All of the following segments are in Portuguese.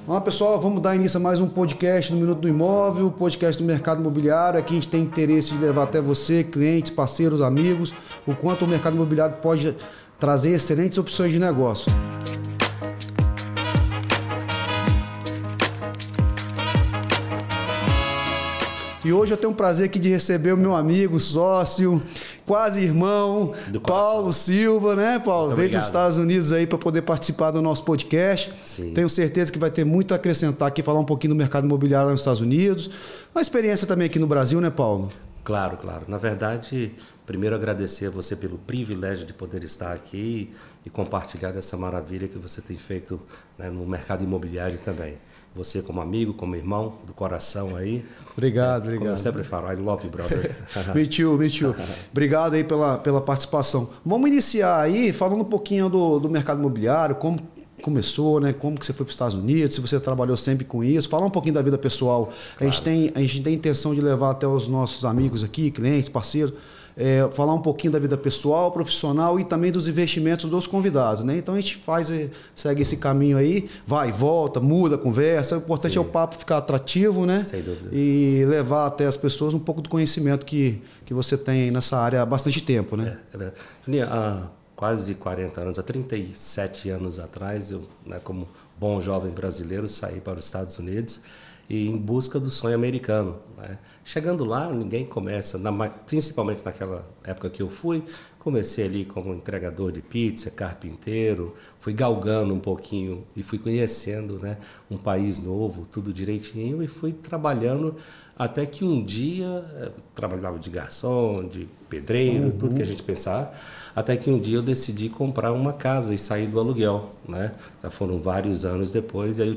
Olá pessoal, vamos dar início a mais um podcast no Minuto do Imóvel, podcast do mercado imobiliário. Aqui a gente tem interesse de levar até você, clientes, parceiros, amigos, o quanto o mercado imobiliário pode trazer excelentes opções de negócio. E hoje eu tenho o prazer aqui de receber o meu amigo, sócio, quase irmão, Paulo Silva, né, Paulo? Veio dos Estados Unidos aí para poder participar do nosso podcast. Sim. Tenho certeza que vai ter muito a acrescentar aqui, falar um pouquinho do mercado imobiliário lá nos Estados Unidos. Uma experiência também aqui no Brasil, né, Paulo? Claro, claro. Na verdade, primeiro agradecer a você pelo privilégio de poder estar aqui e compartilhar dessa maravilha que você tem feito, né, no mercado imobiliário também. Você como amigo, como irmão, do coração aí. Obrigado. Como eu sempre falo, I love you, brother. Me too. Obrigado aí pela participação. Vamos iniciar aí falando um pouquinho do mercado imobiliário, como começou, né? Como que você foi para os Estados Unidos, se você trabalhou sempre com isso. Falar um pouquinho da vida pessoal. Claro. A gente tem a intenção de levar até os nossos amigos aqui, clientes, parceiros, falar um pouquinho da vida pessoal, profissional e também dos investimentos dos convidados, né? Então a gente segue esse caminho aí, vai, volta, muda a conversa. O importante é o papo ficar atrativo, né? Sem dúvida. E levar até as pessoas um pouco do conhecimento que você tem nessa área há bastante tempo, né? Juninho, há quase 40 anos, há 37 anos atrás, eu, né, como bom jovem brasileiro, saí para os Estados Unidos e em busca do sonho americano, né? Chegando lá, ninguém começa, principalmente naquela época que eu fui, comecei ali como entregador de pizza, carpinteiro, fui galgando um pouquinho e fui conhecendo, né, um país novo, tudo direitinho, e fui trabalhando até que um dia, trabalhava de garçom, de pedreiro, tudo que a gente pensar, até que um dia eu decidi comprar uma casa e sair do aluguel, né? Já foram vários anos depois, e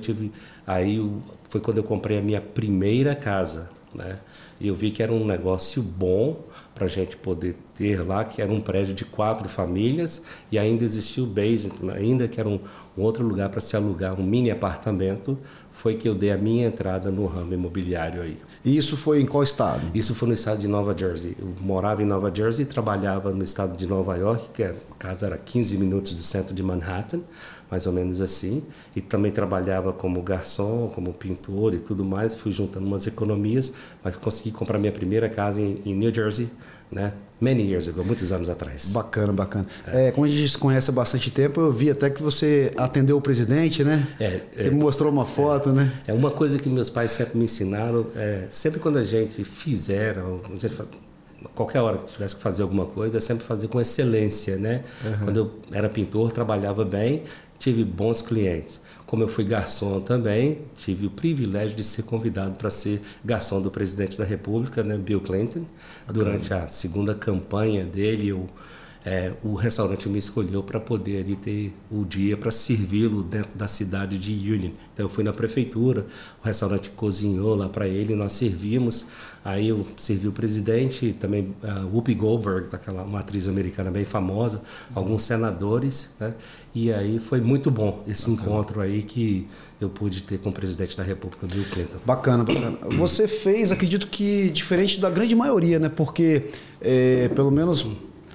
foi quando eu comprei a minha primeira casa, né? E eu vi que era um negócio bom para a gente poder ter lá, que era um prédio de 4 famílias e ainda existia o basement, ainda que era um outro lugar para se alugar, um mini apartamento. Foi que eu dei a minha entrada no ramo imobiliário aí. E isso foi em qual estado? Isso foi no estado de Nova Jersey. Eu morava em Nova Jersey e trabalhava no estado de Nova York, que a casa era 15 minutos do centro de Manhattan, mais ou menos assim. E também trabalhava como garçom, como pintor e tudo mais. Fui juntando umas economias, mas consegui comprar minha primeira casa em New Jersey, né? Many years ago, muitos anos atrás. Bacana. Como a gente se conhece há bastante tempo, eu vi até que você atendeu o presidente, né? Você me mostrou uma foto, né? É uma coisa que meus pais sempre me ensinaram, sempre quando a gente qualquer hora que tivesse que fazer alguma coisa, é sempre fazer com excelência, né? Uhum. Quando eu era pintor, trabalhava bem, tive bons clientes. Como eu fui garçom também, tive o privilégio de ser convidado para ser garçom do presidente da República, né, Bill Clinton. Durante a segunda campanha dele, o restaurante me escolheu para poder ali ter o dia para servi-lo dentro da cidade de Union. Então eu fui na prefeitura, o restaurante cozinhou lá para ele, nós servimos. Aí eu servi o presidente, também Whoopi Goldberg, uma atriz americana bem famosa, alguns senadores, né? E aí foi muito bom esse encontro aí que eu pude ter com o presidente da República, Bill Clinton. Bacana. Você fez, acredito que diferente da grande maioria, né? Porque pelo menos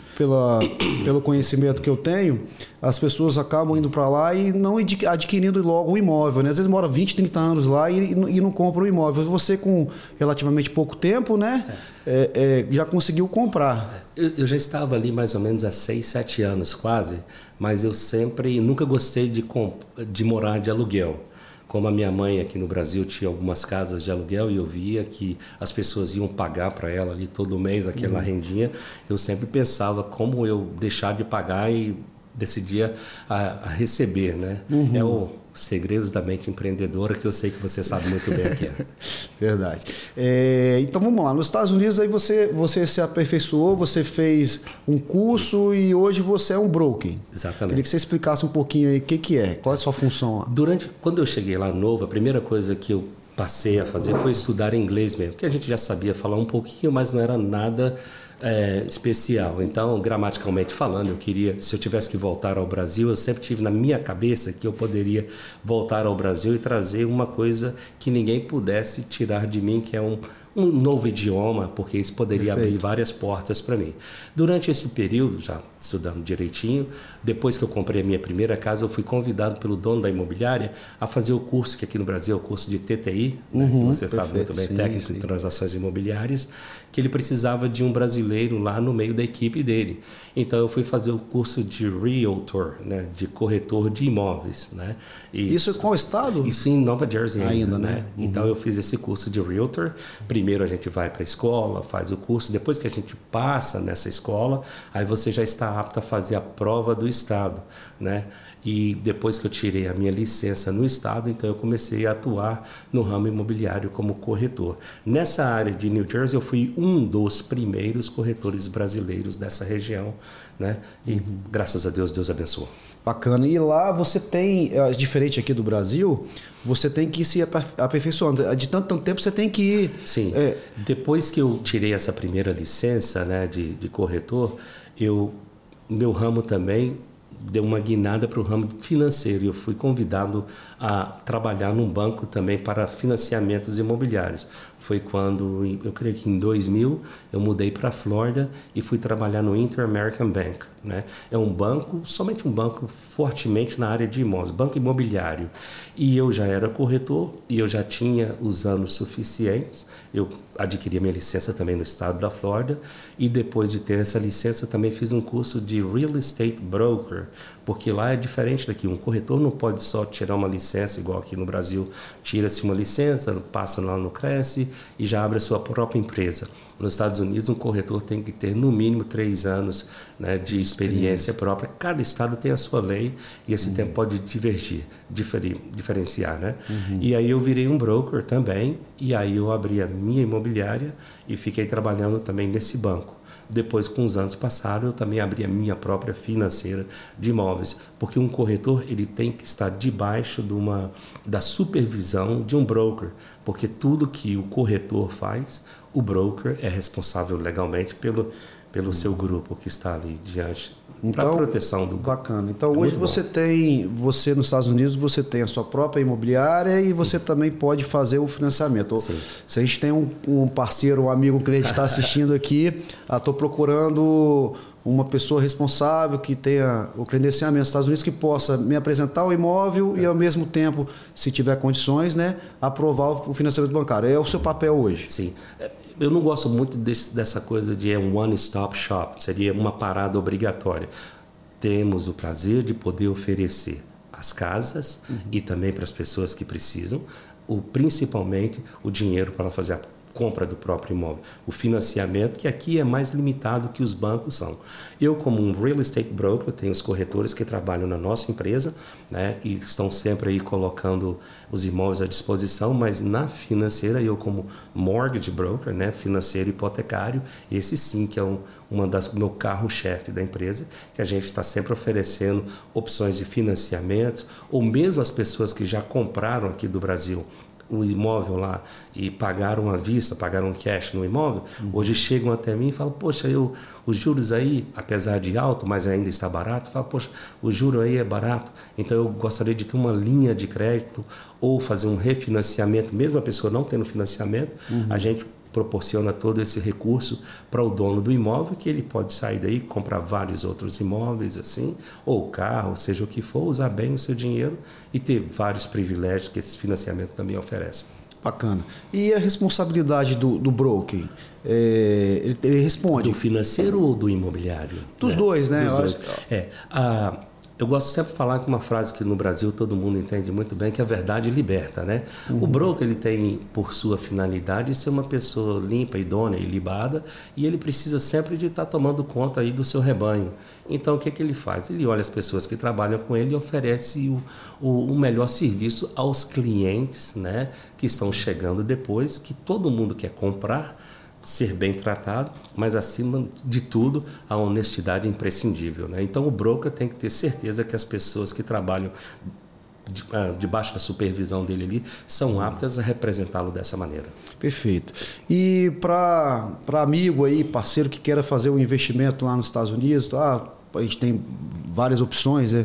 pelo conhecimento que eu tenho, as pessoas acabam indo para lá e não adquirindo logo o imóvel, né? Às vezes mora 20, 30 anos lá e não compra o imóvel. Você, com relativamente pouco tempo, né? Já conseguiu comprar. Eu já estava ali mais ou menos há 6, 7 anos quase, mas eu nunca gostei de morar de aluguel. Como a minha mãe aqui no Brasil tinha algumas casas de aluguel e eu via que as pessoas iam pagar para ela ali todo mês aquela rendinha, eu sempre pensava como eu deixar de pagar e decidia a receber, né? É o segredos da mente empreendedora que eu sei que você sabe muito bem o que é. Verdade. Então vamos lá, nos Estados Unidos aí você se aperfeiçoou, você fez um curso e hoje você é um broker. Exatamente. Queria que você explicasse um pouquinho aí o que é, qual é a sua função lá. Quando eu cheguei lá novo, a primeira coisa que eu passei a fazer foi estudar inglês mesmo, porque a gente já sabia falar um pouquinho, mas não era nada especial. Então, gramaticalmente falando, eu queria, se eu tivesse que voltar ao Brasil, eu sempre tive na minha cabeça que eu poderia voltar ao Brasil e trazer uma coisa que ninguém pudesse tirar de mim, que é um um novo idioma, porque isso poderia abrir várias portas para mim. Durante esse período, já estudando direitinho, depois que eu comprei a minha primeira casa, eu fui convidado pelo dono da imobiliária a fazer o curso, que aqui no Brasil é o curso de TTI, né, que você sabe muito bem, técnico de transações imobiliárias, que ele precisava de um brasileiro lá no meio da equipe dele. Então eu fui fazer o curso de Realtor, né, de corretor de imóveis, né? E isso em qual estado? Isso em Nova Jersey ainda, né? Então eu fiz esse curso de Realtor. Primeiro a gente vai para a escola, faz o curso. Depois que a gente passa nessa escola, aí você já está apto a fazer a prova do estado, né? E depois que eu tirei a minha licença no estado, então eu comecei a atuar no ramo imobiliário como corretor. Nessa área de New Jersey, eu fui um dos primeiros corretores brasileiros dessa região, né? E graças a Deus, Deus abençoou. Bacana. E lá você tem, diferente aqui do Brasil, você tem que ir se aperfeiçoando. De tanto tempo você tem que ir... Sim. Depois que eu tirei essa primeira licença, né, de corretor, meu ramo também deu uma guinada para o ramo financeiro. Eu fui convidado a trabalhar num banco também para financiamentos imobiliários. Foi quando, eu creio que em 2000, eu mudei para a Flórida e fui trabalhar no Inter-American Bank, né? É um banco, somente um banco fortemente na área de imóveis, banco imobiliário. E eu já era corretor e eu já tinha os anos suficientes. Eu adquiri a minha licença também no estado da Flórida e depois de ter essa licença eu também fiz um curso de Real Estate Broker, porque lá é diferente daqui. Um corretor não pode só tirar uma licença, igual aqui no Brasil, tira-se uma licença, passa lá no Cresce e já abre a sua própria empresa. Nos Estados Unidos, um corretor tem que ter no mínimo 3 anos, né, de experiência própria. Cada estado tem a sua lei e esse tempo pode diferenciar, né? E aí eu virei um broker também e aí eu abri a minha imobiliária e fiquei trabalhando também nesse banco. Depois, com os anos passaram, eu também abri a minha própria financeira de imóveis, porque um corretor ele tem que estar debaixo da supervisão de um broker, porque tudo que o corretor faz, o broker é responsável legalmente pelo seu grupo que está ali diante. Para a proteção do... Bacana. Então, hoje você nos Estados Unidos, você tem a sua própria imobiliária e você também pode fazer o financiamento. Sim. Se a gente tem um parceiro, um amigo, um cliente que está assistindo aqui, estou procurando uma pessoa responsável que tenha o credenciamento nos Estados Unidos, que possa me apresentar o imóvel e, ao mesmo tempo, se tiver condições, né, aprovar o financiamento bancário. É o seu papel hoje. Sim. Eu não gosto muito dessa coisa de um one-stop shop, seria uma parada obrigatória. Temos o prazer de poder oferecer as casas e também para as pessoas que precisam, principalmente o dinheiro para fazer a compra do próprio imóvel. O financiamento, que aqui é mais limitado que os bancos são. Eu, como um real estate broker, tenho os corretores que trabalham na nossa empresa, né, e estão sempre aí colocando os imóveis à disposição, mas na financeira, eu como mortgage broker, né, financeiro hipotecário, esse sim que é meu carro-chefe da empresa, que a gente está sempre oferecendo opções de financiamento, ou mesmo as pessoas que já compraram aqui do Brasil o imóvel lá e pagaram à vista, pagaram cash no imóvel, hoje chegam até mim e falam, poxa, os juros aí, apesar de alto, mas ainda está barato, falam, poxa, o juro aí é barato, então eu gostaria de ter uma linha de crédito ou fazer um refinanciamento, mesmo a pessoa não tendo financiamento, a gente proporciona todo esse recurso para o dono do imóvel, que ele pode sair daí, comprar vários outros imóveis, assim, ou carro, seja o que for, usar bem o seu dinheiro e ter vários privilégios que esse financiamento também oferece. Bacana. E a responsabilidade do broker? Ele responde? Do financeiro ou do imobiliário? Dos dois, né? Dos dois. Eu gosto sempre de falar com uma frase que no Brasil todo mundo entende muito bem, que a verdade liberta, né? O broker ele tem por sua finalidade ser uma pessoa limpa, idônea e libada, e ele precisa sempre de estar tomando conta aí do seu rebanho. Então o que ele faz? Ele olha as pessoas que trabalham com ele e oferece o melhor serviço aos clientes, né, que estão chegando depois, que todo mundo quer comprar, ser bem tratado, mas acima de tudo a honestidade é imprescindível, né? Então o broker tem que ter certeza que as pessoas que trabalham debaixo da supervisão dele ali são aptas a representá-lo dessa maneira. Perfeito. E para amigo aí, parceiro que queira fazer um investimento lá nos Estados Unidos, a gente tem várias opções, né?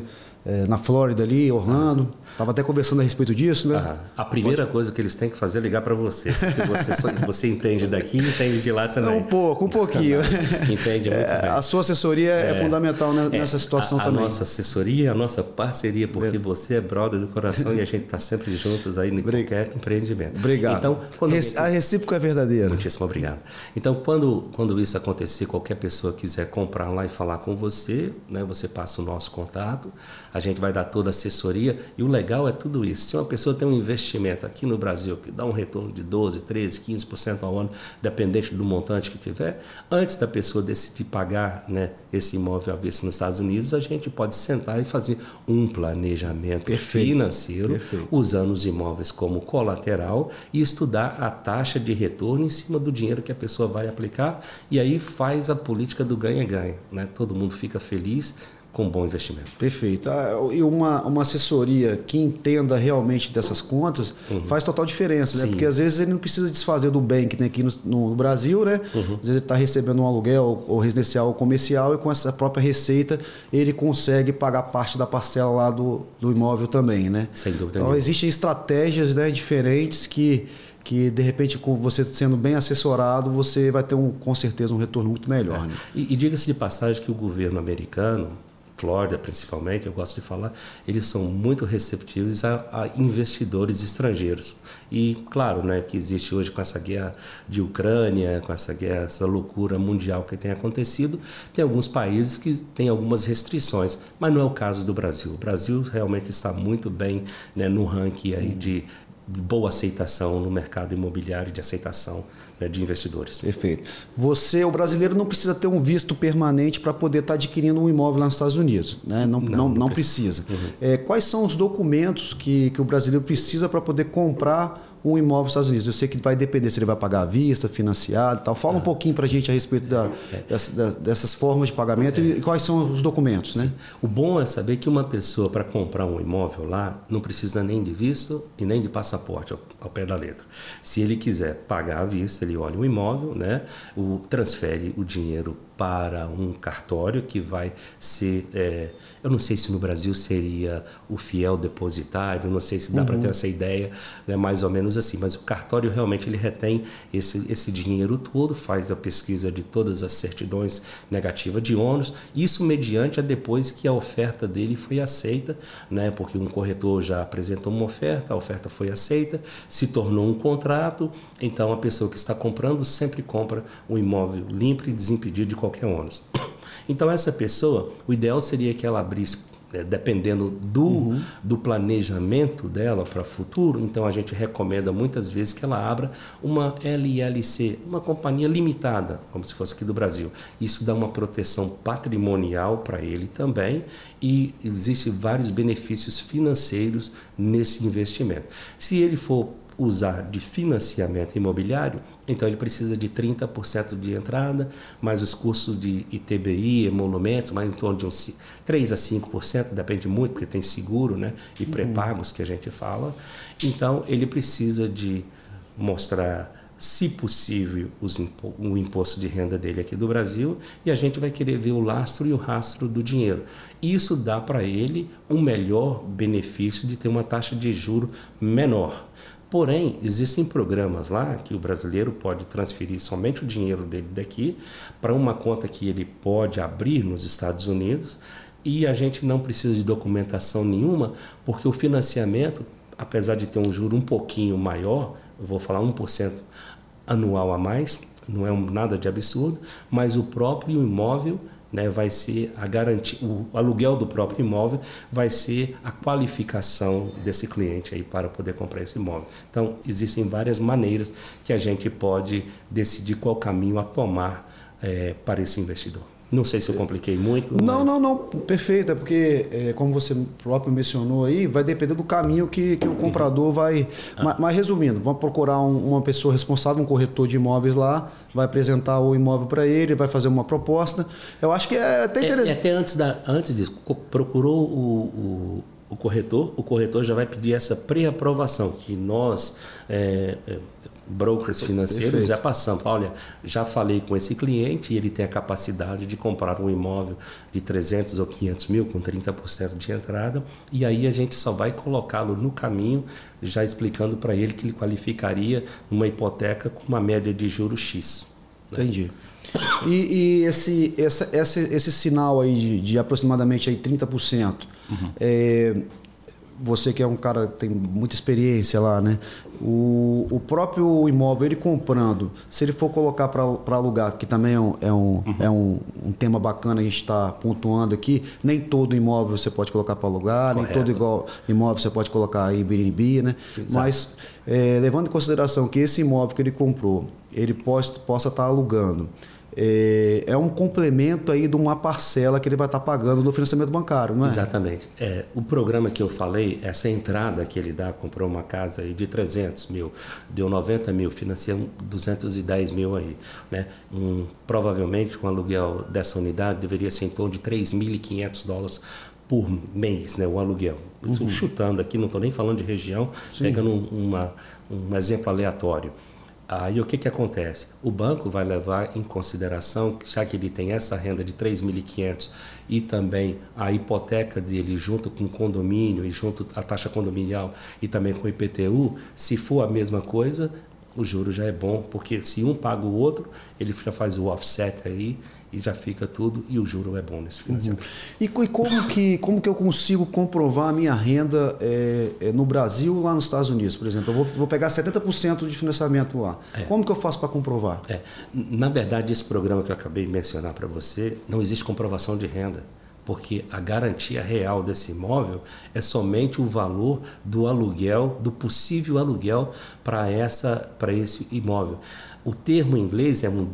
na Flórida ali, Orlando. Estava até conversando a respeito disso, né? A primeira coisa que eles têm que fazer é ligar para você. Porque você entende daqui e entende de lá também. Um pouquinho. Entende muito bem. A sua assessoria é fundamental nessa situação também. A nossa assessoria, a nossa parceria, porque você é brother do coração e a gente está sempre juntos aí em qualquer empreendimento. Obrigado. Então, a recíproca é verdadeira. Muitíssimo obrigado. Então, quando isso acontecer, qualquer pessoa quiser comprar lá e falar com você, né, você passa o nosso contato, a gente vai dar toda a assessoria e o legal é tudo isso. Se uma pessoa tem um investimento aqui no Brasil que dá um retorno de 12%, 13%, 15% ao ano, dependente do montante que tiver, antes da pessoa decidir pagar, né, esse imóvel à vista nos Estados Unidos, a gente pode sentar e fazer um planejamento financeiro, usando os imóveis como colateral e estudar a taxa de retorno em cima do dinheiro que a pessoa vai aplicar e aí faz a política do ganha-ganha, né? Todo mundo fica feliz com um bom investimento. Perfeito. E uma assessoria que entenda realmente dessas contas faz total diferença, né? Porque às vezes ele não precisa desfazer do bem que tem aqui no Brasil, né? Às vezes ele está recebendo um aluguel ou residencial ou comercial e com essa própria receita ele consegue pagar parte da parcela lá do imóvel também, né? Sem dúvida. Então existem estratégias, né, diferentes que de repente, com você sendo bem assessorado, você vai ter com certeza um retorno muito melhor. Né? E diga-se de passagem que o governo americano, Flórida principalmente, eu gosto de falar, eles são muito receptivos a investidores estrangeiros. E claro, né, que existe hoje com essa guerra de Ucrânia, com essa guerra, essa loucura mundial que tem acontecido, tem alguns países que têm algumas restrições, mas não é o caso do Brasil. O Brasil realmente está muito bem, né, no ranking aí de boa aceitação no mercado imobiliário, de aceitação, né, de investidores. Perfeito. O brasileiro não precisa ter um visto permanente para poder estar adquirindo um imóvel lá nos Estados Unidos, né? Não precisa. Quais são os documentos que o brasileiro precisa para poder comprar um imóvel nos Estados Unidos? Eu sei que vai depender se ele vai pagar à vista, financiado e tal. Fala um pouquinho para a gente a respeito dessas formas de pagamento e quais são os documentos, né? O bom é saber que uma pessoa, para comprar um imóvel lá, não precisa nem de visto e nem de passaporte ao pé da letra. Se ele quiser pagar à vista, ele olha o imóvel, né? Transfere o dinheiro para um cartório que vai ser, eu não sei se no Brasil seria o fiel depositário, não sei se dá para ter essa ideia, né, mais ou menos assim, mas o cartório realmente ele retém esse dinheiro todo, faz a pesquisa de todas as certidões negativas de ônus, isso mediante a depois que a oferta dele foi aceita, né, porque um corretor já apresentou uma oferta, a oferta foi aceita, se tornou um contrato, então a pessoa que está comprando sempre compra um imóvel limpo e desimpedido de qualquer ônus. Então essa pessoa, o ideal seria que ela abrisse, dependendo do planejamento dela para o futuro, então a gente recomenda muitas vezes que ela abra uma LLC, uma companhia limitada, como se fosse aqui do Brasil. Isso dá uma proteção patrimonial para ele também e existem vários benefícios financeiros nesse investimento. Se ele for usar de financiamento imobiliário, então ele precisa de 30% de entrada, mais os custos de ITBI, emolumentos, mais em torno de uns 3 a 5%, depende muito, porque tem seguro, né, e pré-pagos que a gente fala. Então ele precisa de mostrar, se possível, o imposto de renda dele aqui do Brasil, e a gente vai querer ver o lastro e o rastro do dinheiro. Isso dá para ele um melhor benefício de ter uma taxa de juro menor. Porém, existem programas lá que o brasileiro pode transferir somente o dinheiro dele daqui para uma conta que ele pode abrir nos Estados Unidos e a gente não precisa de documentação nenhuma, porque o financiamento, apesar de ter um juro um pouquinho maior, eu vou falar 1% anual a mais, não é nada de absurdo, mas o próprio imóvel, né, vai ser a garantia, o aluguel do próprio imóvel vai ser a qualificação desse cliente aí para poder comprar esse imóvel. Então, existem várias maneiras que a gente pode decidir qual caminho a tomar para esse investidor. Não sei se eu compliquei muito. Não. Perfeito. É porque, como você próprio mencionou aí, vai depender do caminho que o comprador vai... Mas resumindo, vamos procurar uma pessoa responsável, um corretor de imóveis lá, vai apresentar o imóvel para ele, vai fazer uma proposta. Eu acho que é até interessante. Até antes disso, procurou o o corretor já vai pedir essa pré-aprovação, que nós, brokers financeiros, Perfeito. já passamos. Olha, já falei com esse cliente e ele tem a capacidade de comprar um imóvel de 300 ou 500 mil com 30% de entrada, e aí a gente só vai colocá-lo no caminho, já explicando para ele que ele qualificaria uma hipoteca com uma média de juros X. Entendi. E esse sinal aí de aproximadamente aí 30%, você que é um cara que tem muita experiência lá, né? O próprio imóvel, ele comprando, se ele for colocar para alugar, que também é um tema bacana a gente está pontuando aqui, nem todo imóvel você pode colocar para alugar, Correto. nem todo imóvel você pode colocar em Airbnb, né? Exato. Mas levando em consideração que esse imóvel que ele comprou, ele possa estar alugando, é um complemento aí de uma parcela que ele vai estar pagando do financiamento bancário, não é? Exatamente. O programa que eu falei, essa entrada que ele dá, comprou uma casa aí de 300 mil, deu 90 mil, financiando 210 mil aí, né? Provavelmente um aluguel dessa unidade deveria ser em torno de $3.500 por mês, né, o aluguel. Isso chutando aqui, não estou nem falando de região, Sim. pegando um exemplo aleatório. Aí o que acontece? O banco vai levar em consideração, já que ele tem essa renda de 3.500 e também a hipoteca dele junto com o condomínio e junto a taxa condominial e também com o IPTU, se for a mesma coisa, o juro já é bom, porque se um paga o outro, ele já faz o offset aí e já fica tudo, e o juro é bom nesse financiamento. E como que eu consigo comprovar a minha renda no Brasil lá nos Estados Unidos, por exemplo? Eu vou pegar 70% de financiamento lá. Como que eu faço para comprovar? Na verdade, esse programa que eu acabei de mencionar para você, não existe comprovação de renda, porque a garantia real desse imóvel é somente o valor do aluguel, do possível aluguel para esse imóvel. O termo em inglês é um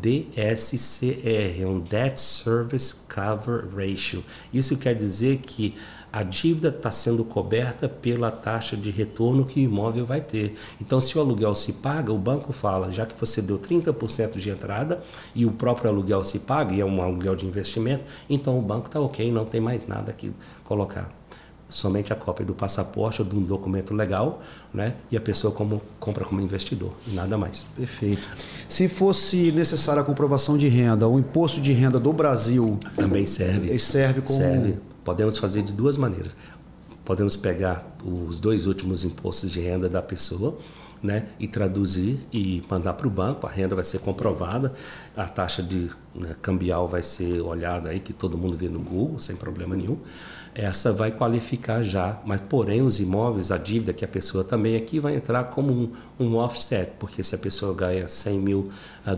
DSCR, um Debt Service Cover Ratio. Isso quer dizer que a dívida está sendo coberta pela taxa de retorno que o imóvel vai ter. Então, se o aluguel se paga, o banco fala, já que você deu 30% de entrada e o próprio aluguel se paga, e é um aluguel de investimento, então o banco está ok, não tem mais nada que colocar. Somente a cópia do passaporte ou de um documento legal, né? E a pessoa compra como investidor, nada mais. Perfeito. Se fosse necessária a comprovação de renda, o imposto de renda do Brasil... Também serve. Serve como... Serve. Podemos fazer de duas maneiras. Podemos pegar os 2 últimos impostos de renda da pessoa, né, e traduzir e mandar para o banco. A renda vai ser comprovada, a taxa de cambial vai ser olhada aí, que todo mundo vê no Google, sem problema nenhum. Essa vai qualificar já, mas porém os imóveis, a dívida que a pessoa também aqui vai entrar como um offset, porque se a pessoa ganha 100 mil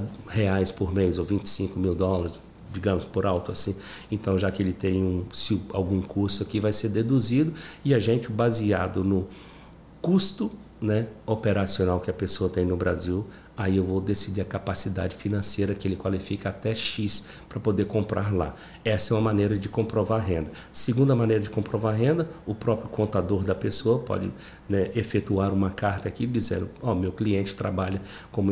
reais por mês ou 25 mil dólares, digamos, por alto assim, então já que ele tem algum custo aqui vai ser deduzido e a gente, baseado no custo, né, operacional que a pessoa tem no Brasil, aí eu vou decidir a capacidade financeira que ele qualifica até X para poder comprar lá. Essa é uma maneira de comprovar a renda. Segunda maneira de comprovar a renda, o próprio contador da pessoa pode, né, efetuar uma carta aqui dizendo, meu cliente trabalha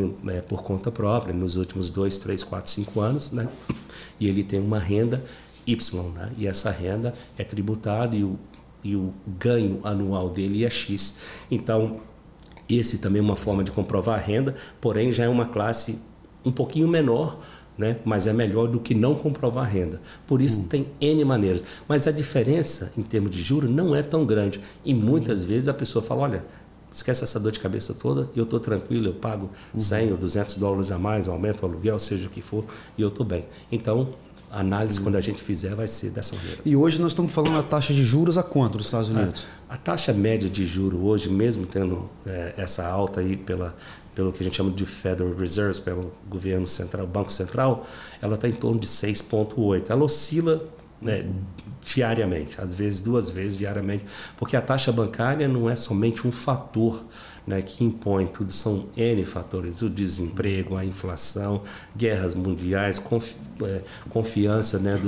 por conta própria nos últimos 2, 3, 4, 5 anos, né, e ele tem uma renda Y, né, e essa renda é tributada e o ganho anual dele é X. Então, esse também é uma forma de comprovar a renda, porém já é uma classe um pouquinho menor, né? Mas é melhor do que não comprovar a renda. Por isso tem N maneiras. Mas a diferença em termos de juros não é tão grande. E muitas vezes a pessoa fala, olha, esquece essa dor de cabeça toda, eu estou tranquilo, eu pago 100 ou 200 dólares a mais, eu aumento o aluguel, seja o que for, e eu estou bem. Então, a análise, quando a gente fizer, vai ser dessa maneira. E hoje nós estamos falando a taxa de juros a quanto nos Estados Unidos? A taxa média de juro hoje, mesmo tendo essa alta aí pelo que a gente chama de Federal Reserve, pelo governo central, Banco Central, ela está em torno de 6,8. Ela oscila, né, diariamente, às vezes 2 vezes diariamente, porque a taxa bancária não é somente um fator, né, que impõe tudo, são N fatores, o desemprego, a inflação, guerras mundiais, confiança, né,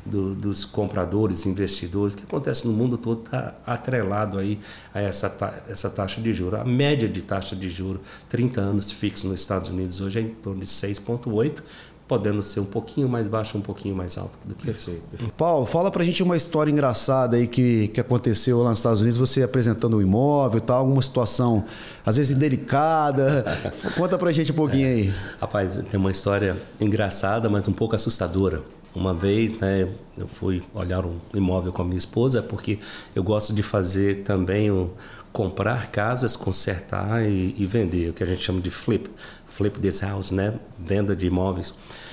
dos compradores, investidores, que acontece no mundo todo, está atrelado aí a essa taxa de juros. A média de taxa de juros, 30 anos fixo nos Estados Unidos hoje é em torno de 6,8, podendo ser um pouquinho mais baixo, um pouquinho mais alto do que esse. Paulo, fala pra gente uma história engraçada aí que aconteceu lá nos Estados Unidos, você apresentando um imóvel e tal, alguma situação, às vezes indelicada. Conta pra gente um pouquinho aí. Rapaz, tem uma história engraçada, mas um pouco assustadora. Uma vez, né, eu fui olhar um imóvel com a minha esposa, porque eu gosto de fazer também comprar casas, consertar e vender, o que a gente chama de flip this house, né, venda de imóveis.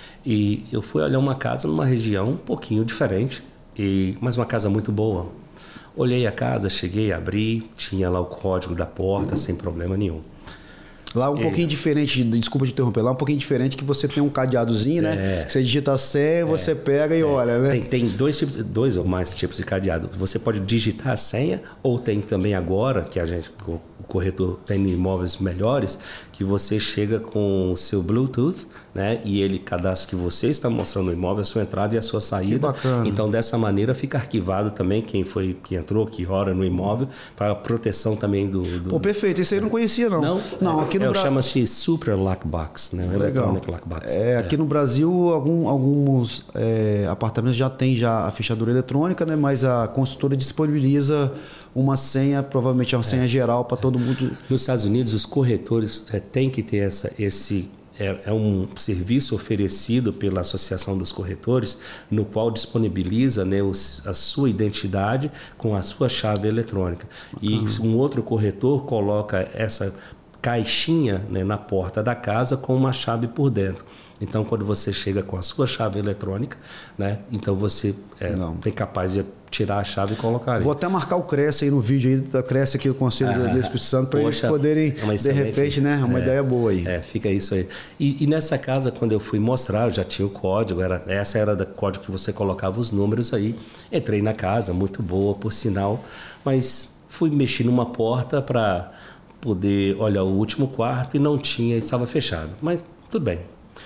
E eu fui olhar uma casa numa região um pouquinho diferente, mas uma casa muito boa. Olhei a casa, cheguei, abri, tinha lá o código da porta, sem problema nenhum. Lá um pouquinho diferente, desculpa te interromper, lá um pouquinho diferente que você tem um cadeadozinho, né? Você digita a senha, você pega e olha, né? Tem dois ou mais tipos de cadeado. Você pode digitar a senha, ou tem também agora, que o corretor tem imóveis melhores, que você chega com o seu Bluetooth, né? E ele cadastra que você está mostrando o imóvel, a sua entrada e a sua saída. Que bacana. Então, dessa maneira, fica arquivado também que entrou, que ora no imóvel, para proteção também do... Pô, perfeito. Esse aí eu não conhecia, não. Não, aqui no chama-se Super Lockbox, né? Electronic Lockbox. Aqui no Brasil, alguns apartamentos já tem a fechadura eletrônica, né? Mas a construtora disponibiliza uma senha, provavelmente é uma senha geral para todo mundo. Nos Estados Unidos, os corretores têm que ter esse... É um serviço oferecido pela Associação dos Corretores, no qual disponibiliza, né, a sua identidade com a sua chave eletrônica. E um outro corretor coloca essa caixinha, né, na porta da casa com uma chave por dentro. Então, quando você chega com a sua chave eletrônica, né, então você é capaz de tirar a chave e colocar ali. Vou até marcar o Cresce aí no vídeo aí, da Cresce aqui do Conselho do Espírito Santo, para eles poderem, de repente, né, uma ideia boa aí. Fica isso aí. E nessa casa, quando eu fui mostrar, eu já tinha o código, essa era o código que você colocava os números aí. Entrei na casa, muito boa, por sinal, mas fui mexer numa porta para poder olhar o último quarto e não tinha, estava fechado. Mas tudo bem.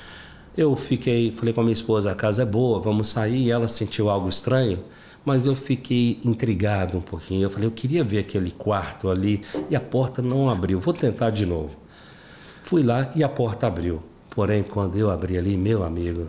Eu falei com a minha esposa, a casa é boa, vamos sair. E ela sentiu algo estranho, mas eu fiquei intrigado um pouquinho. Eu falei, eu queria ver aquele quarto ali e a porta não abriu. Vou tentar de novo. Fui lá e a porta abriu. Porém, quando eu abri ali, meu amigo,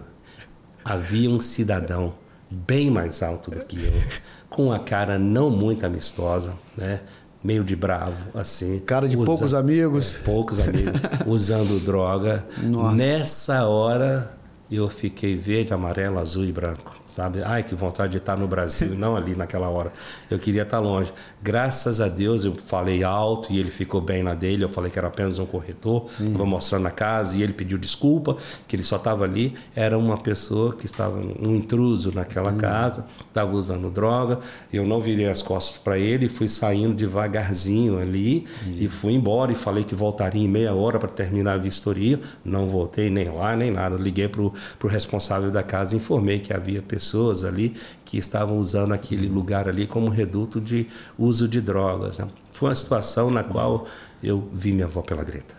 havia um cidadão bem mais alto do que eu, com a cara não muito amistosa, né? Meio de bravo, assim. Cara de poucos amigos. Poucos amigos, usando droga. Nossa. Nessa hora, eu fiquei verde, amarelo, azul e branco, sabe? Ai, que vontade de estar no Brasil, não ali naquela hora. Eu queria estar longe. Graças a Deus, eu falei alto e ele ficou bem na dele. Eu falei que era apenas um corretor, vou mostrando a casa, e ele pediu desculpa, que ele só estava ali. Era uma pessoa que estava, um intruso naquela casa, estava usando droga. Eu não virei as costas para ele, fui saindo devagarzinho ali e fui embora. E falei que voltaria em meia hora para terminar a vistoria. Não voltei nem lá, nem nada. Liguei para o responsável da casa e informei que havia pessoas ali que estavam usando aquele lugar ali como reduto de uso de drogas, né? Foi uma situação na qual eu vi minha avó pela greta.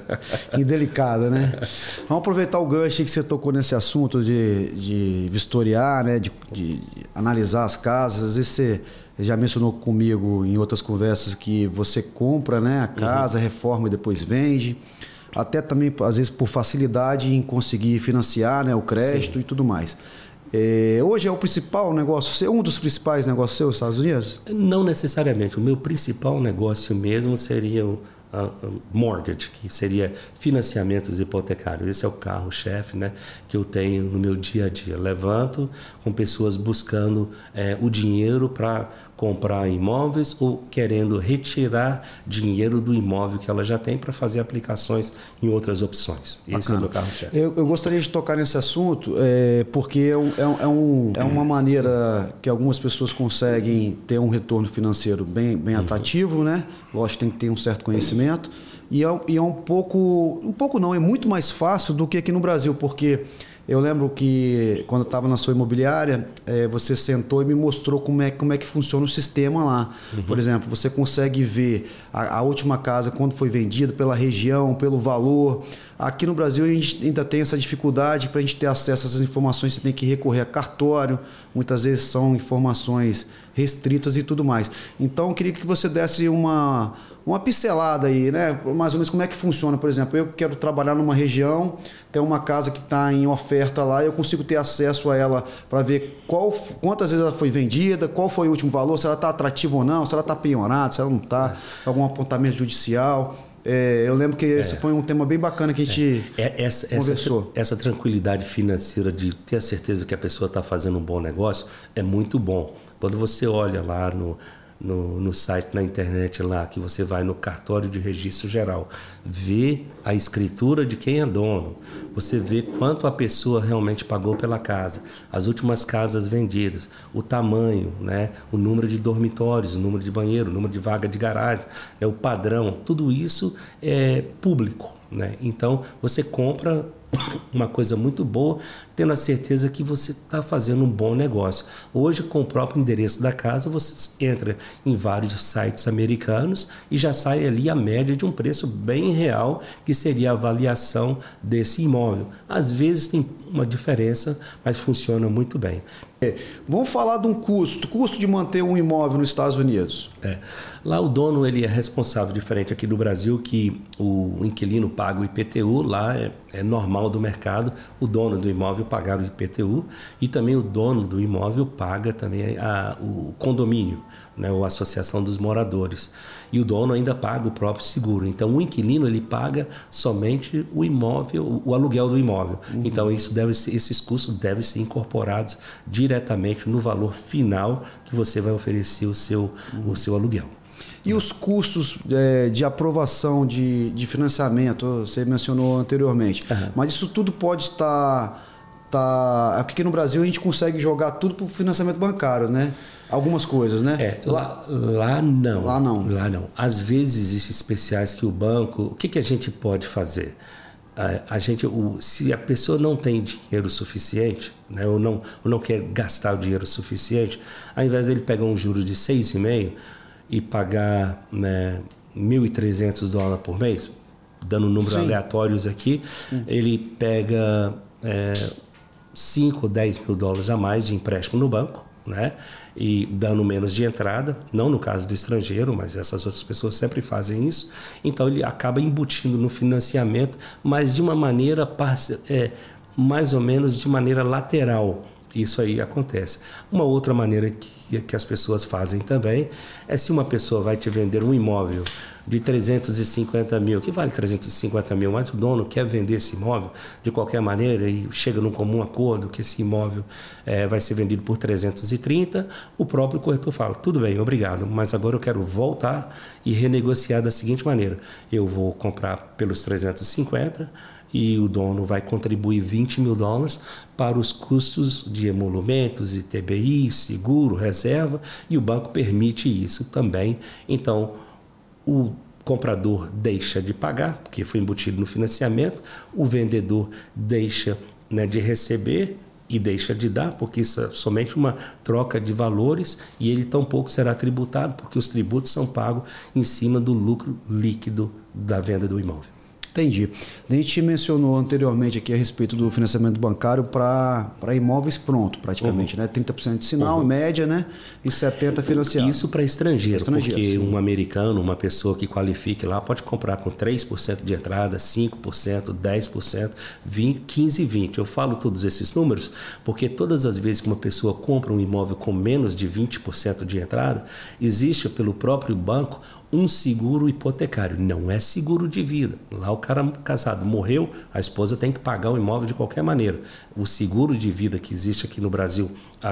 Indelicada, né? Vamos aproveitar o gancho aí que você tocou nesse assunto de vistoriar, né? De analisar as casas. Às vezes você já mencionou comigo em outras conversas que você compra, né, a casa, reforma e depois vende. Até também, às vezes, por facilidade em conseguir financiar, né, o crédito e tudo mais. Hoje é o principal negócio, um dos principais negócios seus nos Estados Unidos? Não necessariamente. O meu principal negócio mesmo seria o mortgage, que seria financiamentos hipotecários. Esse é o carro-chefe, né, que eu tenho no meu dia a dia. Levanto com pessoas buscando o dinheiro para comprar imóveis ou querendo retirar dinheiro do imóvel que ela já tem para fazer aplicações em outras opções. Esse Bacana. é o meu carro-chefe. Eu gostaria de tocar nesse assunto porque é uma maneira que algumas pessoas conseguem ter um retorno financeiro bem atrativo, né? Lógico, tem que ter um certo conhecimento. E é um pouco não, é muito mais fácil do que aqui no Brasil, porque eu lembro que quando eu estava na sua imobiliária, você sentou e me mostrou como é que funciona o sistema lá. Por exemplo, você consegue ver a última casa, quando foi vendida, pela região, pelo valor. Aqui no Brasil a gente ainda tem essa dificuldade. Para a gente ter acesso a essas informações, você tem que recorrer a cartório, muitas vezes são informações restritas e tudo mais. Então eu queria que você desse uma pincelada aí, né? Mais ou menos como é que funciona. Por exemplo, eu quero trabalhar numa região, tem uma casa que está em oferta lá, eu consigo ter acesso a ela para ver quantas vezes ela foi vendida, qual foi o último valor, se ela está atrativa ou não, se ela está penhorada, se ela não está, algum apontamento judicial. Eu lembro que esse foi um tema bem bacana que a gente conversou. Essa tranquilidade financeira de ter a certeza que a pessoa está fazendo um bom negócio é muito bom. Quando você olha lá no site, na internet lá, que você vai no cartório de registro geral, vê a escritura de quem é dono, você vê quanto a pessoa realmente pagou pela casa, as últimas casas vendidas, o tamanho, né, o número de dormitórios, o número de banheiro, o número de vaga de garagem, né, o padrão, tudo isso é público, né? Então você compra uma coisa muito boa, tendo a certeza que você está fazendo um bom negócio. Hoje, com o próprio endereço da casa, você entra em vários sites americanos e já sai ali a média de um preço bem real, que seria a avaliação desse imóvel. Às vezes tem uma diferença, mas funciona muito bem. Vamos falar de um custo de manter um imóvel nos Estados Unidos. Lá o dono ele é responsável, diferente aqui do Brasil, que o inquilino paga o IPTU, lá é normal do mercado o dono do imóvel pagar o IPTU e também o dono do imóvel paga também o condomínio, né, ou a associação dos moradores. E o dono ainda paga o próprio seguro. Então o inquilino ele paga somente o imóvel, o aluguel do imóvel. Então esses custos devem ser incorporados diretamente no valor final que você vai oferecer o seu aluguel. E os custos de aprovação de financiamento, você mencionou anteriormente, mas isso tudo pode estar... Porque no Brasil a gente consegue jogar tudo para o financiamento bancário, né? Algumas coisas, né? Lá não. Às vezes existem especiais que o banco... O que a gente pode fazer? Se a pessoa não tem dinheiro suficiente, né, ou não quer gastar o dinheiro suficiente, ao invés dele pegar um juro de 6,5% e pagar, né, $1.300 por mês, dando números aleatórios aqui, ele pega 5 ou 10 mil dólares a mais de empréstimo no banco, né? E dando menos de entrada, não no caso do estrangeiro, mas essas outras pessoas sempre fazem isso. Então ele acaba embutindo no financiamento, mas de uma maneira mais ou menos de maneira lateral. Isso aí acontece. Uma outra maneira que as pessoas fazem também é se uma pessoa vai te vender um imóvel de 350 mil, que vale 350 mil, mas o dono quer vender esse imóvel de qualquer maneira e chega num comum acordo que esse imóvel vai ser vendido por 330, o próprio corretor fala, tudo bem, obrigado, mas agora eu quero voltar e renegociar da seguinte maneira, eu vou comprar pelos 350 e o dono vai contribuir 20 mil dólares para os custos de emolumentos, ITBI, seguro, reserva, e o banco permite isso também. Então, o comprador deixa de pagar, porque foi embutido no financiamento, o vendedor deixa, né, de receber e deixa de dar, porque isso é somente uma troca de valores e ele tampouco será tributado, porque os tributos são pagos em cima do lucro líquido da venda do imóvel. Entendi. A gente mencionou anteriormente aqui a respeito do financiamento bancário para imóveis prontos, praticamente, né? 30% de sinal, média, né? E 70% financiado. Isso para estrangeiro, porque um americano, uma pessoa que qualifique lá, pode comprar com 3% de entrada, 5%, 10%, 20%, 15% e 20%. Eu falo todos esses números porque todas as vezes que uma pessoa compra um imóvel com menos de 20% de entrada, existe pelo próprio banco um seguro hipotecário, não é seguro de vida. Lá o cara casado morreu, a esposa tem que pagar o imóvel de qualquer maneira. O seguro de vida que existe aqui no Brasil,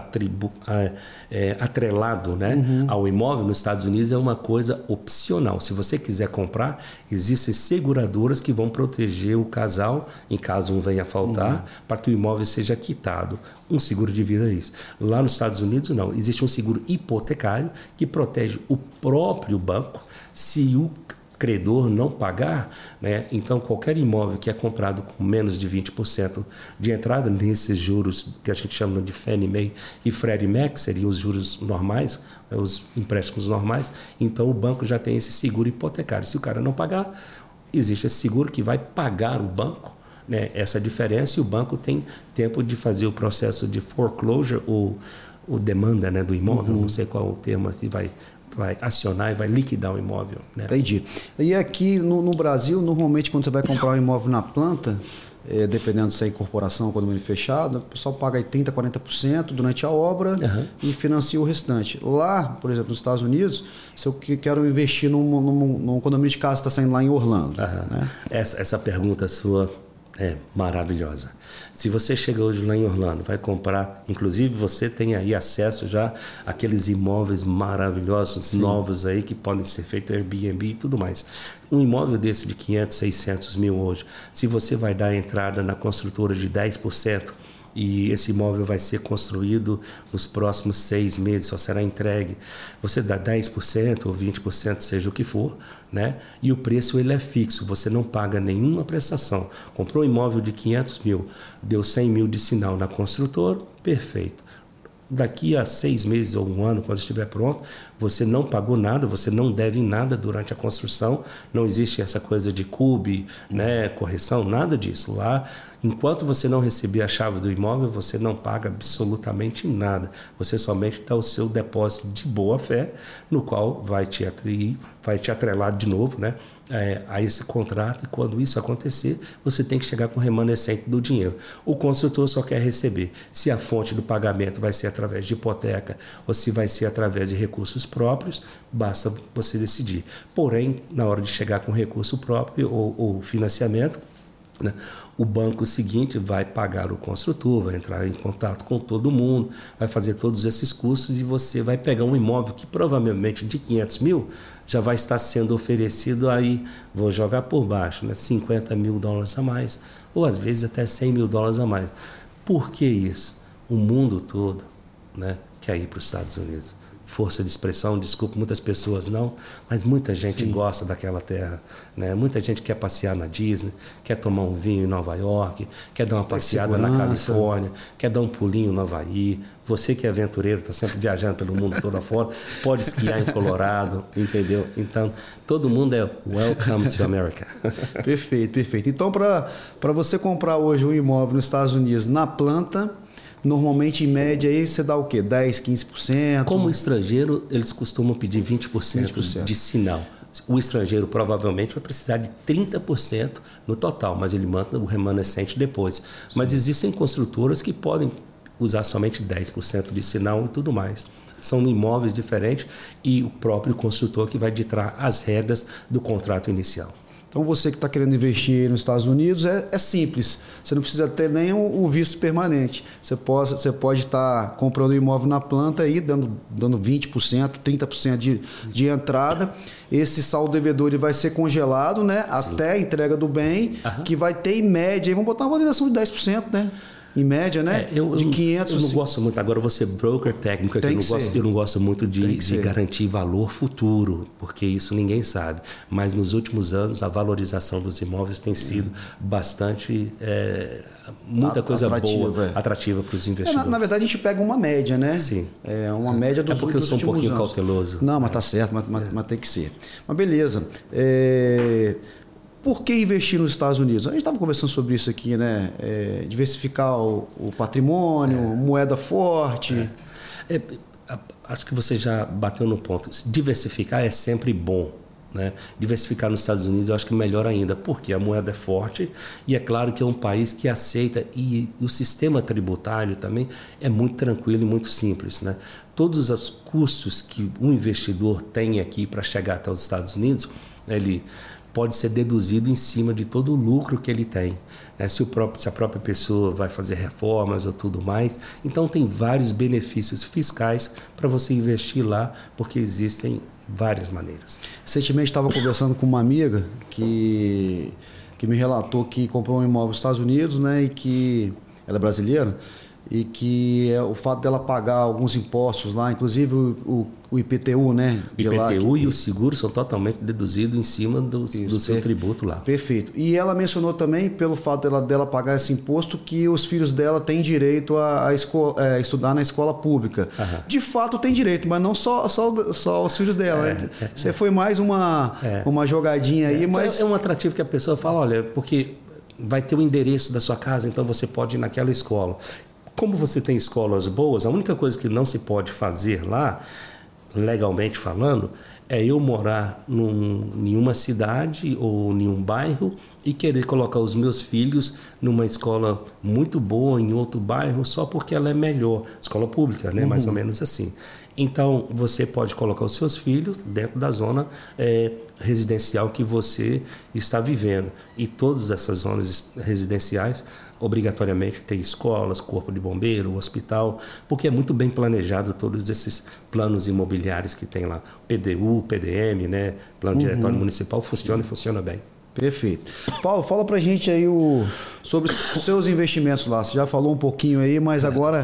atrelado, né, ao imóvel nos Estados Unidos, é uma coisa opcional. Se você quiser comprar, existem seguradoras que vão proteger o casal, em caso um venha a faltar, para que o imóvel seja quitado. Um seguro de vida é isso. Lá nos Estados Unidos, não. Existe um seguro hipotecário que protege o próprio banco se o credor não pagar, né? Então qualquer imóvel que é comprado com menos de 20% de entrada, nesses juros que a gente chama de Fannie Mae e Freddie Mac, seriam os juros normais, os empréstimos normais, então o banco já tem esse seguro hipotecário. Se o cara não pagar, existe esse seguro que vai pagar o banco, né, essa diferença, e o banco tem tempo de fazer o processo de foreclosure ou demanda, né, do imóvel, não sei qual o termo, assim, vai acionar e vai liquidar o imóvel. Né? Entendi. E aqui no Brasil, normalmente quando você vai comprar um imóvel na planta, dependendo se é incorporação ou condomínio fechado, o pessoal paga aí 30%, 40% durante a obra e financia o restante. Lá, por exemplo, nos Estados Unidos, se eu quero investir num condomínio de casa que está saindo lá em Orlando. Né? Essa pergunta sua é maravilhosa. Se você chega hoje lá em Orlando, vai comprar, inclusive você tem aí acesso já àqueles imóveis maravilhosos, novos aí, que podem ser feitos Airbnb e tudo mais. Um imóvel desse de 500, 600 mil hoje, se você vai dar entrada na construtora de 10%, e esse imóvel vai ser construído nos próximos 6 meses, só será entregue. Você dá 10% ou 20%, seja o que for, né? E o preço ele é fixo, você não paga nenhuma prestação. Comprou um imóvel de 500 mil, deu 100 mil de sinal na construtora, perfeito. Daqui a 6 meses ou um ano, quando estiver pronto, você não pagou nada, você não deve nada durante a construção, não existe essa coisa de CUB, né, correção, nada disso. Lá, enquanto você não receber a chave do imóvel, você não paga absolutamente nada. Você somente dá o seu depósito de boa fé, no qual vai te atrelar de novo, né, a esse contrato, e quando isso acontecer, você tem que chegar com o remanescente do dinheiro. O construtor só quer receber se a fonte do pagamento vai ser através de hipoteca ou se vai ser através de recursos próprios, basta você decidir. Porém, na hora de chegar com recurso próprio ou financiamento, né, o banco seguinte vai pagar o construtor, vai entrar em contato com todo mundo, vai fazer todos esses custos, e você vai pegar um imóvel que provavelmente de 500 mil já vai estar sendo oferecido aí, vou jogar por baixo, né, 50 mil dólares a mais, ou às vezes até 100 mil dólares a mais. Por que isso? O mundo todo, né, quer ir para os Estados Unidos. Força de expressão, desculpa, muitas pessoas não, mas muita gente gosta daquela terra, né? Muita gente quer passear na Disney, quer tomar um vinho em Nova York, quer dar uma passeada na Califórnia, quer dar um pulinho no Havaí. Você que é aventureiro, está sempre viajando pelo mundo todo afora, pode esquiar em Colorado, entendeu? Então, todo mundo é welcome to America. Perfeito, perfeito. Então, para você comprar hoje um imóvel nos Estados Unidos na planta, normalmente, em média, aí você dá o quê? 10%, 15%? Como estrangeiro, eles costumam pedir 20% de sinal. O estrangeiro provavelmente vai precisar de 30% no total, mas ele manda o remanescente depois. Mas existem construtoras que podem usar somente 10% de sinal e tudo mais. São imóveis diferentes e o próprio construtor que vai ditar as regras do contrato inicial. Então, você que está querendo investir nos Estados Unidos, é simples. Você não precisa ter nem o visto permanente. Você pode estar comprando um imóvel na planta aí, dando 20%, 30% de entrada. Esse saldo devedor ele vai ser congelado, né, até a entrega do bem, que vai ter em média, vamos botar uma valorização de 10%, né? Em média, né? De 500. Eu não gosto muito, agora você broker técnico, eu não gosto muito de garantir valor futuro, porque isso ninguém sabe. Mas nos últimos anos a valorização dos imóveis tem sido bastante, muita coisa atrativa para os investidores. Na verdade a gente pega uma média, né? Sim. É uma média dos últimos anos. É porque eu sou um pouquinho cauteloso. Não, mas tá certo, mas tem que ser. Mas beleza. Por que investir nos Estados Unidos? A gente estava conversando sobre isso aqui, né? Diversificar o patrimônio, moeda forte. Acho que você já bateu no ponto. Diversificar é sempre bom, né? Diversificar nos Estados Unidos eu acho que melhor ainda, porque a moeda é forte e é claro que é um país que aceita, e o sistema tributário também é muito tranquilo e muito simples, né? Todos os custos que um investidor tem aqui para chegar até os Estados Unidos, ele pode ser deduzido em cima de todo o lucro que ele tem, né? Se a própria pessoa vai fazer reformas ou tudo mais. Então tem vários benefícios fiscais para você investir lá, porque existem várias maneiras. Recentemente estava conversando com uma amiga que me relatou que comprou um imóvel nos Estados Unidos, né, e que ela é brasileira, e que o fato dela pagar alguns impostos lá, inclusive o IPTU, né? O IPTU e o seguro são totalmente deduzidos em cima do seu tributo lá. Perfeito. E ela mencionou também, pelo fato dela pagar esse imposto, que os filhos dela têm direito a estudar na escola pública. Aham. De fato tem direito, mas não só os filhos dela. Você foi mais uma jogadinha aí, mas... É um atrativo que a pessoa fala, olha, porque vai ter o endereço da sua casa, então você pode ir naquela escola. Como você tem escolas boas, a única coisa que não se pode fazer lá, legalmente falando, é eu morar em uma cidade ou em um bairro e querer colocar os meus filhos numa escola muito boa em outro bairro só porque ela é melhor. Escola pública, né? Mais ou menos assim. Então, você pode colocar os seus filhos dentro da zona residencial que você está vivendo. E todas essas zonas residenciais, obrigatoriamente, tem escolas, corpo de bombeiro, hospital, porque é muito bem planejado todos esses planos imobiliários que tem lá. PDU, PDM, né? Plano Diretório Municipal, funciona e funciona bem. Perfeito. Paulo, fala pra gente aí sobre os seus investimentos lá. Você já falou um pouquinho aí, mas agora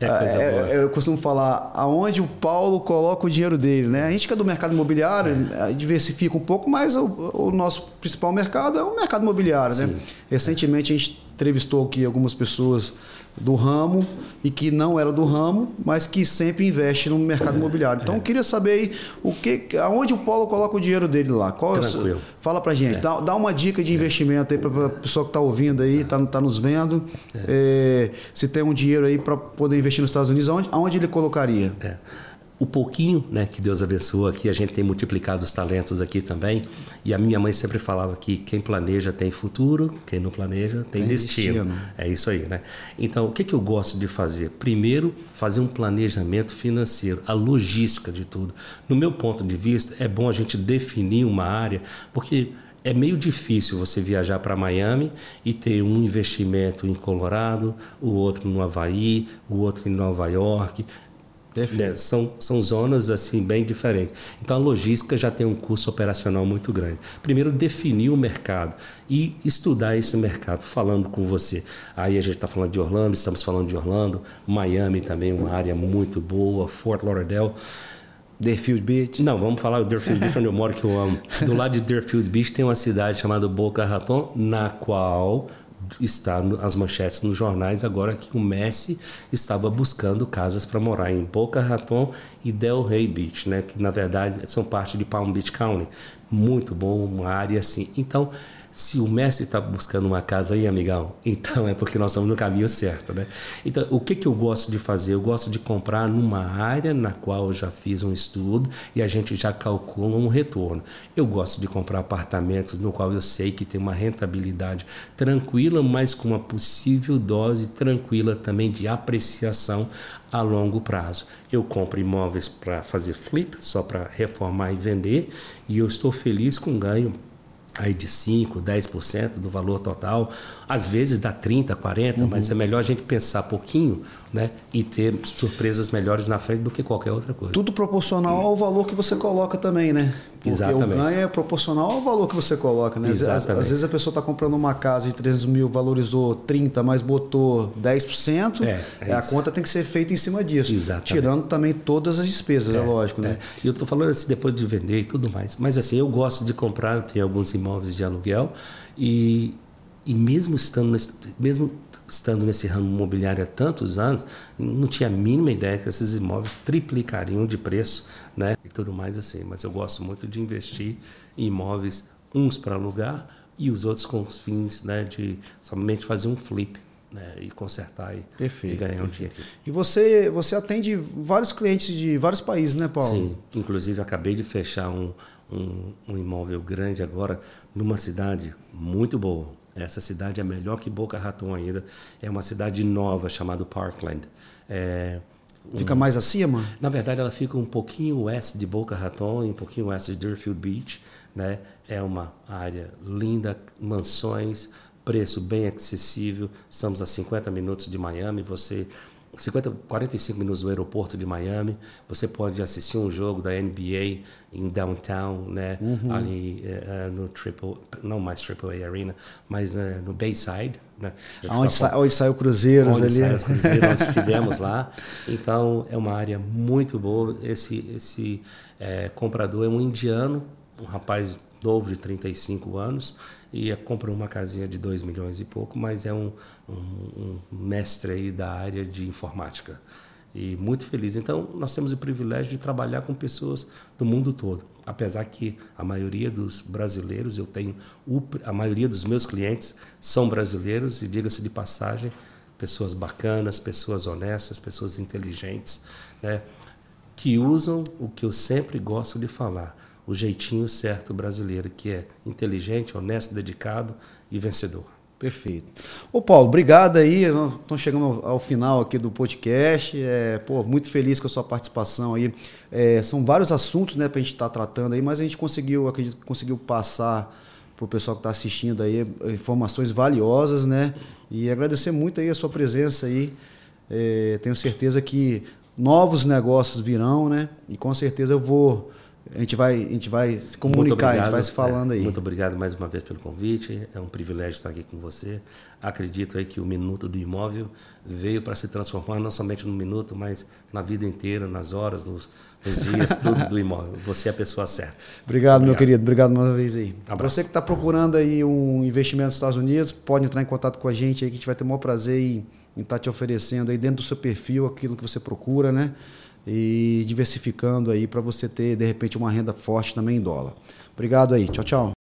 eu costumo falar aonde o Paulo coloca o dinheiro dele, né? A gente que é do mercado imobiliário diversifica um pouco, mas o nosso principal mercado é o mercado imobiliário, né? Recentemente a gente entrevistou aqui algumas pessoas do ramo e que não era do ramo, mas que sempre investe no mercado imobiliário. Então eu queria saber aí aonde o Paulo coloca o dinheiro dele lá. Tranquilo. Fala pra gente, dá uma dica de investimento aí para a pessoa que está ouvindo aí, tá nos vendo, se tem um dinheiro aí para poder investir nos Estados Unidos, aonde ele colocaria? O pouquinho, né, que Deus abençoa aqui, a gente tem multiplicado os talentos aqui também. E a minha mãe sempre falava que quem planeja tem futuro, quem não planeja tem destino. É isso aí, né? Então, o que eu gosto de fazer? Primeiro, fazer um planejamento financeiro, a logística de tudo. No meu ponto de vista, é bom a gente definir uma área, porque é meio difícil você viajar para Miami e ter um investimento em Colorado, o outro no Havaí, o outro em Nova York. São zonas assim bem diferentes. Então a logística já tem um custo operacional muito grande. Primeiro, definir o mercado e estudar esse mercado, falando com você. Aí a gente está falando de Orlando, estamos falando de Orlando, Miami também, uma área muito boa, Fort Lauderdale. Deerfield Beach? Não, vamos falar do Deerfield Beach, onde eu moro, que eu amo. Do lado de Deerfield Beach tem uma cidade chamada Boca Raton, na qual está as manchetes nos jornais agora que o Messi estava buscando casas para morar em Boca Raton e Delray Beach, né? Que na verdade são parte de Palm Beach County. Muito bom, uma área assim. Então, se o Messi está buscando uma casa aí, amigão, então é porque nós estamos no caminho certo, né? Então, o que eu gosto de fazer? Eu gosto de comprar numa área na qual eu já fiz um estudo e a gente já calcula um retorno. Eu gosto de comprar apartamentos no qual eu sei que tem uma rentabilidade tranquila, mas com uma possível dose tranquila também de apreciação a longo prazo. Eu compro imóveis para fazer flip, só para reformar e vender, e eu estou feliz com ganho aí de 5%, 10% do valor total, às vezes dá 30%, 40%, mas é melhor a gente pensar pouquinho, né, e ter surpresas melhores na frente do que qualquer outra coisa. Tudo proporcional ao valor que você coloca também, né? Porque exatamente. O ganho é proporcional ao valor que você coloca, né? Às vezes a pessoa está comprando uma casa de 300 mil, valorizou 30%, mas botou 10%, a conta tem que ser feita em cima disso. Exatamente. Tirando também todas as despesas, é lógico, né? E eu estou falando assim, depois de vender e tudo mais. Mas assim, eu gosto de comprar, eu tenho alguns imóveis de aluguel e mesmo estando nesse ramo imobiliário há tantos anos, não tinha a mínima ideia que esses imóveis triplicariam de preço, né? E tudo mais assim. Mas eu gosto muito de investir em imóveis, uns para alugar e os outros com os fins, né, de somente fazer um flip, né, e consertar e ganhar um dinheiro. E você atende vários clientes de vários países, né, Paulo? Sim, inclusive acabei de fechar um imóvel grande agora numa cidade muito boa. Essa cidade é melhor que Boca Raton ainda. É uma cidade nova chamada Parkland. Fica mais acima? Na verdade, ela fica um pouquinho oeste de Boca Raton e um pouquinho oeste de Deerfield Beach, né? É uma área linda, mansões, preço bem acessível. Estamos a 50 minutos de Miami. Você 45 minutos do aeroporto de Miami. Você pode assistir um jogo da NBA em downtown, né? Ali no não mais Triple A Arena, mas no Bayside, né? Onde sai o Cruzeiro ali. Sai os Cruzeiros, nós estivemos lá. Então é uma área muito boa. Esse comprador é um indiano, um rapaz novo de 35 anos, e comprou uma casinha de 2 milhões e pouco, mas é um mestre aí da área de informática. E muito feliz. Então, nós temos o privilégio de trabalhar com pessoas do mundo todo. Apesar que a maioria dos brasileiros, a maioria dos meus clientes são brasileiros, e diga-se de passagem, pessoas bacanas, pessoas honestas, pessoas inteligentes, né, que usam o que eu sempre gosto de falar, o jeitinho certo brasileiro, que é inteligente, honesto, dedicado e vencedor. Perfeito. Ô Paulo, obrigado aí, nós estamos chegando ao final aqui do podcast, muito feliz com a sua participação aí. São vários assuntos, né, para a gente estar tratando aí, mas a gente acredito que conseguiu passar para o pessoal que está assistindo aí informações valiosas, né, e agradecer muito aí a sua presença aí. Tenho certeza que novos negócios virão, né, e com certeza a gente vai se comunicar, a gente vai se falando aí. Muito obrigado mais uma vez pelo convite. É um privilégio estar aqui com você. Acredito aí que o Minuto do Imóvel veio para se transformar não somente no minuto, mas na vida inteira, nas horas, nos dias, tudo do imóvel. Você é a pessoa certa. Obrigado, meu querido. Obrigado mais uma vez aí. Para você que está procurando aí um investimento nos Estados Unidos, pode entrar em contato com a gente aí, que a gente vai ter o maior prazer em estar te oferecendo aí dentro do seu perfil aquilo que você procura, né? E diversificando aí para você ter, de repente, uma renda forte também em dólar. Obrigado aí. Tchau, tchau.